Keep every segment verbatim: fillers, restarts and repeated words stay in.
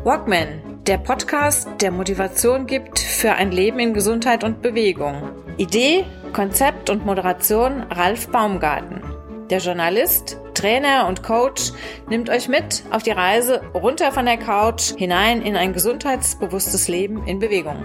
Walkman, der Podcast, der Motivation gibt für ein Leben in Gesundheit und Bewegung. Idee, Konzept und Moderation Ralf Baumgarten. Der Journalist, Trainer und Coach nimmt euch mit auf die Reise runter von der Couch hinein in ein gesundheitsbewusstes Leben in Bewegung.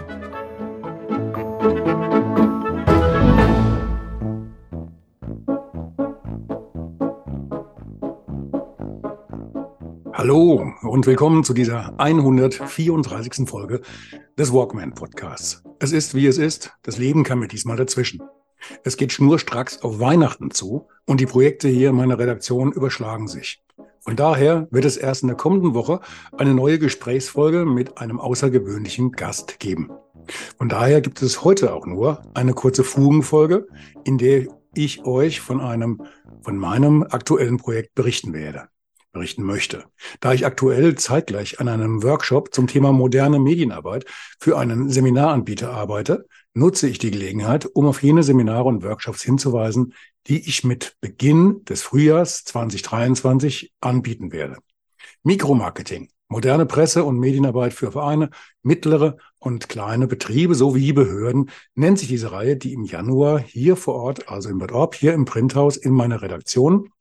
Hallo und willkommen zu dieser hundertvierunddreißigsten Folge des Walkman Podcasts. Es ist, wie es ist, das Leben kam mir diesmal dazwischen. Es geht schnurstracks auf Weihnachten zu und die Projekte hier in meiner Redaktion überschlagen sich. Von daher wird es erst in der kommenden Woche eine neue Gesprächsfolge mit einem außergewöhnlichen Gast geben. Von daher gibt es heute auch nur eine kurze Fugenfolge, in der ich euch von einem, von meinem aktuellen Projekt berichten werde. berichten möchte. Da ich aktuell zeitgleich an einem Workshop zum Thema moderne Medienarbeit für einen Seminaranbieter arbeite, nutze ich die Gelegenheit, um auf jene Seminare und Workshops hinzuweisen, die ich mit Beginn des Frühjahrs zweitausenddreiundzwanzig anbieten werde. Mikromarketing, moderne Presse- und Medienarbeit für Vereine, mittlere und kleine Betriebe sowie Behörden nennt sich diese Reihe, die im Januar hier vor Ort, also in Bad Orb, hier im Printhaus in meiner Redaktion,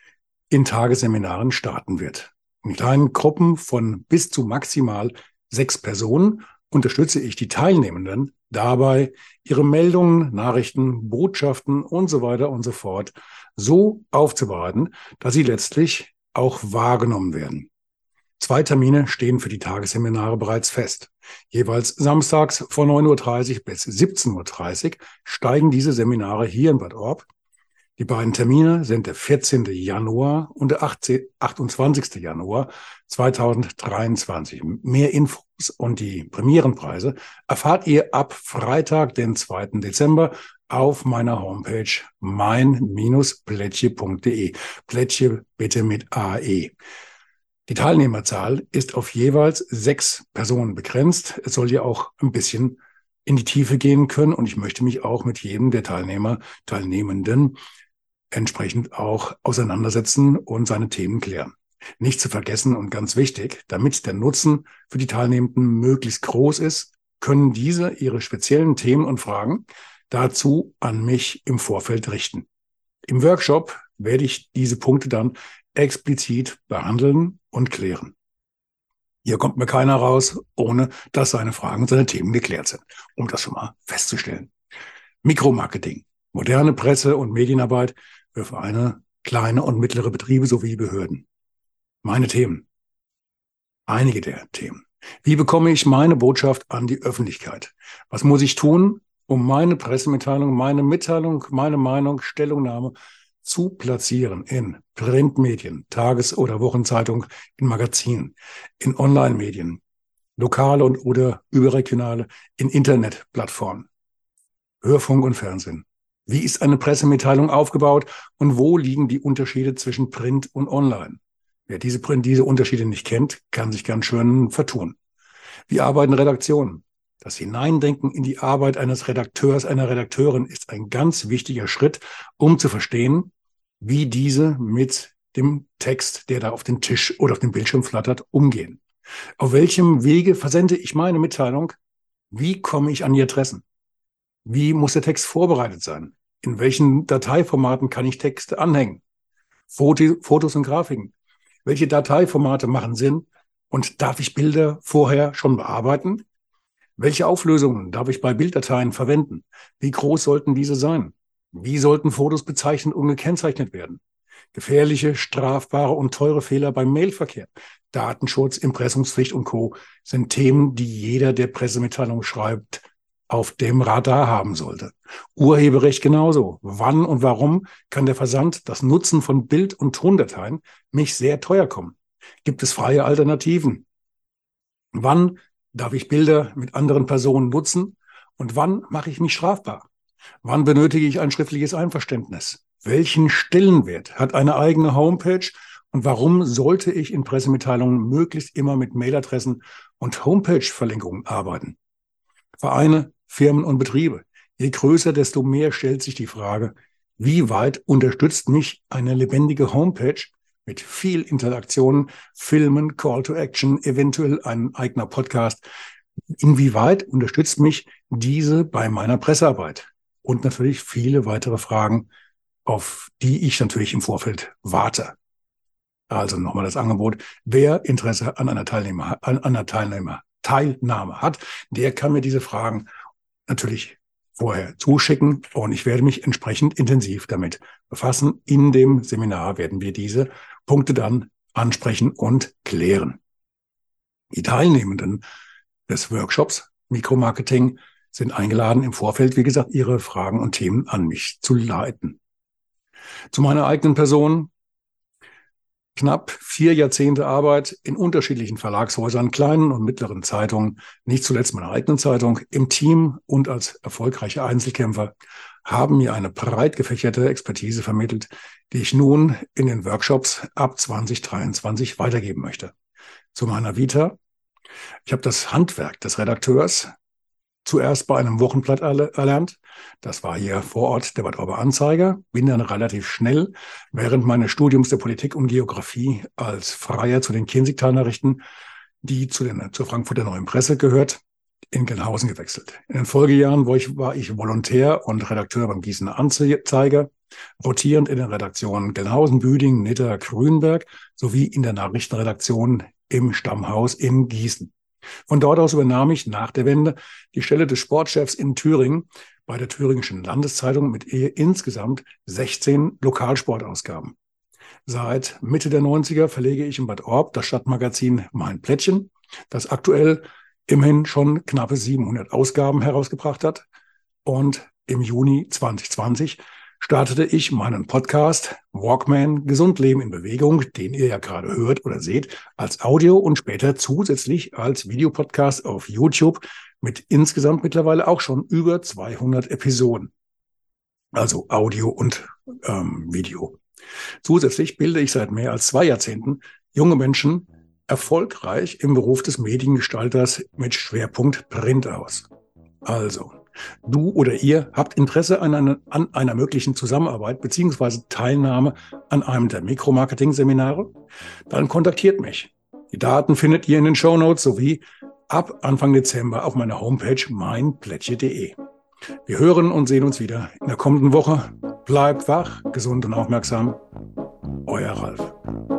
in Tagesseminaren starten wird. In kleinen Gruppen von bis zu maximal sechs Personen unterstütze ich die Teilnehmenden dabei, ihre Meldungen, Nachrichten, Botschaften und so weiter und so fort so aufzubereiten, dass sie letztlich auch wahrgenommen werden. Zwei Termine stehen für die Tagesseminare bereits fest. Jeweils samstags von neun Uhr dreißig bis siebzehn Uhr dreißig steigen diese Seminare hier in Bad Orb. Die beiden Termine sind der vierzehnten Januar und der achtundzwanzigsten Januar zweitausenddreiundzwanzig. Mehr Infos und die Premierenpreise erfahrt ihr ab Freitag, den zweiten Dezember, auf meiner Homepage mein Bindestrich plätje punkt de. Plätje bitte mit A E. Die Teilnehmerzahl ist auf jeweils sechs Personen begrenzt. Es soll ja auch ein bisschen in die Tiefe gehen können und ich möchte mich auch mit jedem der Teilnehmer, Teilnehmenden entsprechend auch auseinandersetzen und seine Themen klären. Nicht zu vergessen und ganz wichtig, damit der Nutzen für die Teilnehmenden möglichst groß ist, können diese ihre speziellen Themen und Fragen dazu an mich im Vorfeld richten. Im Workshop werde ich diese Punkte dann explizit behandeln und klären. Hier kommt mir keiner raus, ohne dass seine Fragen und seine Themen geklärt sind, um das schon mal festzustellen. Mikromarketing, moderne Presse- und Medienarbeit für Vereine, kleine und mittlere Betriebe sowie Behörden. Meine Themen. Einige der Themen. Wie bekomme ich meine Botschaft an die Öffentlichkeit? Was muss ich tun, um meine Pressemitteilung, meine Mitteilung, meine Meinung, Stellungnahme zu platzieren in Printmedien, Tages- oder Wochenzeitung, in Magazinen, in Online-Medien, lokale und oder überregionale, in Internetplattformen, Hörfunk und Fernsehen. Wie ist eine Pressemitteilung aufgebaut und wo liegen die Unterschiede zwischen Print und Online? Wer diese, diese Unterschiede nicht kennt, kann sich ganz schön vertun. Wie arbeiten Redaktionen? Das Hineindenken in die Arbeit eines Redakteurs, einer Redakteurin ist ein ganz wichtiger Schritt, um zu verstehen, wie diese mit dem Text, der da auf den Tisch oder auf dem Bildschirm flattert, umgehen. Auf welchem Wege versende ich meine Mitteilung? Wie komme ich an die Adressen? Wie muss der Text vorbereitet sein? In welchen Dateiformaten kann ich Texte anhängen? Fotos und Grafiken. Welche Dateiformate machen Sinn? Und darf ich Bilder vorher schon bearbeiten? Welche Auflösungen darf ich bei Bilddateien verwenden? Wie groß sollten diese sein? Wie sollten Fotos bezeichnet und gekennzeichnet werden? Gefährliche, strafbare und teure Fehler beim Mailverkehr, Datenschutz, Impressumspflicht und Co. sind Themen, die jeder, der Pressemitteilung schreibt, auf dem Radar haben sollte. Urheberrecht genauso. Wann und warum kann der Versand, das Nutzen von Bild- und Tondateien mich sehr teuer kommen? Gibt es freie Alternativen? Wann darf ich Bilder mit anderen Personen nutzen und wann mache ich mich strafbar? Wann benötige ich ein schriftliches Einverständnis? Welchen Stellenwert hat eine eigene Homepage und warum sollte ich in Pressemitteilungen möglichst immer mit Mailadressen und Homepage-Verlinkungen arbeiten? Vereine, Firmen und Betriebe. Je größer, desto mehr stellt sich die Frage, wie weit unterstützt mich eine lebendige Homepage mit viel Interaktion, Filmen, Call to Action, eventuell ein eigener Podcast. Inwieweit unterstützt mich diese bei meiner Pressearbeit? Und natürlich viele weitere Fragen, auf die ich natürlich im Vorfeld warte. Also nochmal das Angebot, wer Interesse an einer, Teilnehmer, an einer Teilnehmer, Teilnahme hat, der kann mir diese Fragen natürlich vorher zuschicken und ich werde mich entsprechend intensiv damit befassen. In dem Seminar werden wir diese Punkte dann ansprechen und klären. Die Teilnehmenden des Workshops Mikromarketing sind eingeladen, im Vorfeld, wie gesagt, ihre Fragen und Themen an mich zu leiten. Zu meiner eigenen Person: knapp vier Jahrzehnte Arbeit in unterschiedlichen Verlagshäusern, kleinen und mittleren Zeitungen, nicht zuletzt meiner eigenen Zeitung, im Team und als erfolgreicher Einzelkämpfer, haben mir eine breit gefächerte Expertise vermittelt, die ich nun in den Workshops ab zwanzig dreiundzwanzig weitergeben möchte. Zu meiner Vita: Ich habe das Handwerk des Redakteurs zuerst bei einem Wochenblatt erlernt. Das war hier vor Ort der Bad Orber Anzeiger. Bin dann relativ schnell während meines Studiums der Politik und Geografie als Freier zu den Kinzigtal-Nachrichten, die zu den, zur Frankfurter Neuen Presse gehört, in Gelnhausen gewechselt. In den Folgejahren war ich, war ich Volontär und Redakteur beim Gießener Anzeiger, rotierend in den Redaktionen Gelnhausen, Büdingen, Nitter, Grünberg sowie in der Nachrichtenredaktion im Stammhaus in Gießen. Von dort aus übernahm ich nach der Wende die Stelle des Sportchefs in Thüringen bei der Thüringischen Landeszeitung mit insgesamt sechzehn Lokalsportausgaben. Seit Mitte der neunziger verlege ich in Bad Orb das Stadtmagazin Mein Plättchen, das aktuell immerhin schon knappe siebenhundert Ausgaben herausgebracht hat. Und im Juni zwanzig zwanzig startete ich meinen Podcast Walkman Gesund Leben in Bewegung, den ihr ja gerade hört oder seht, als Audio und später zusätzlich als Videopodcast auf YouTube mit insgesamt mittlerweile auch schon über zweihundert Episoden. Also Audio und ähm, Video. Zusätzlich bilde ich seit mehr als zwei Jahrzehnten junge Menschen erfolgreich im Beruf des Mediengestalters mit Schwerpunkt Print aus. Also, du oder ihr habt Interesse an einer, an einer möglichen Zusammenarbeit bzw. Teilnahme an einem der Mikromarketing-Seminare? Dann kontaktiert mich. Die Daten findet ihr in den Shownotes sowie ab Anfang Dezember auf meiner Homepage mein plättchen punkt de. Wir hören und sehen uns wieder in der kommenden Woche. Bleibt wach, gesund und aufmerksam. Euer Ralf.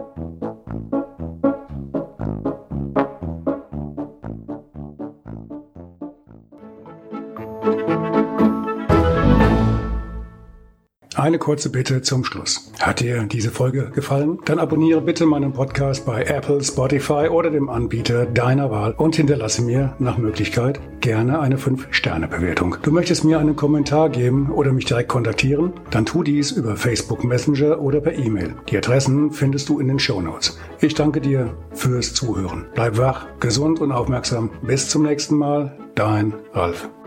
Eine kurze Bitte zum Schluss. Hat dir diese Folge gefallen? Dann abonniere bitte meinen Podcast bei Apple, Spotify oder dem Anbieter deiner Wahl und hinterlasse mir nach Möglichkeit gerne eine fünf Sterne Bewertung. Du möchtest mir einen Kommentar geben oder mich direkt kontaktieren? Dann tu dies über Facebook Messenger oder per E-Mail. Die Adressen findest du in den Shownotes. Ich danke dir fürs Zuhören. Bleib wach, gesund und aufmerksam. Bis zum nächsten Mal. Dein Ralf.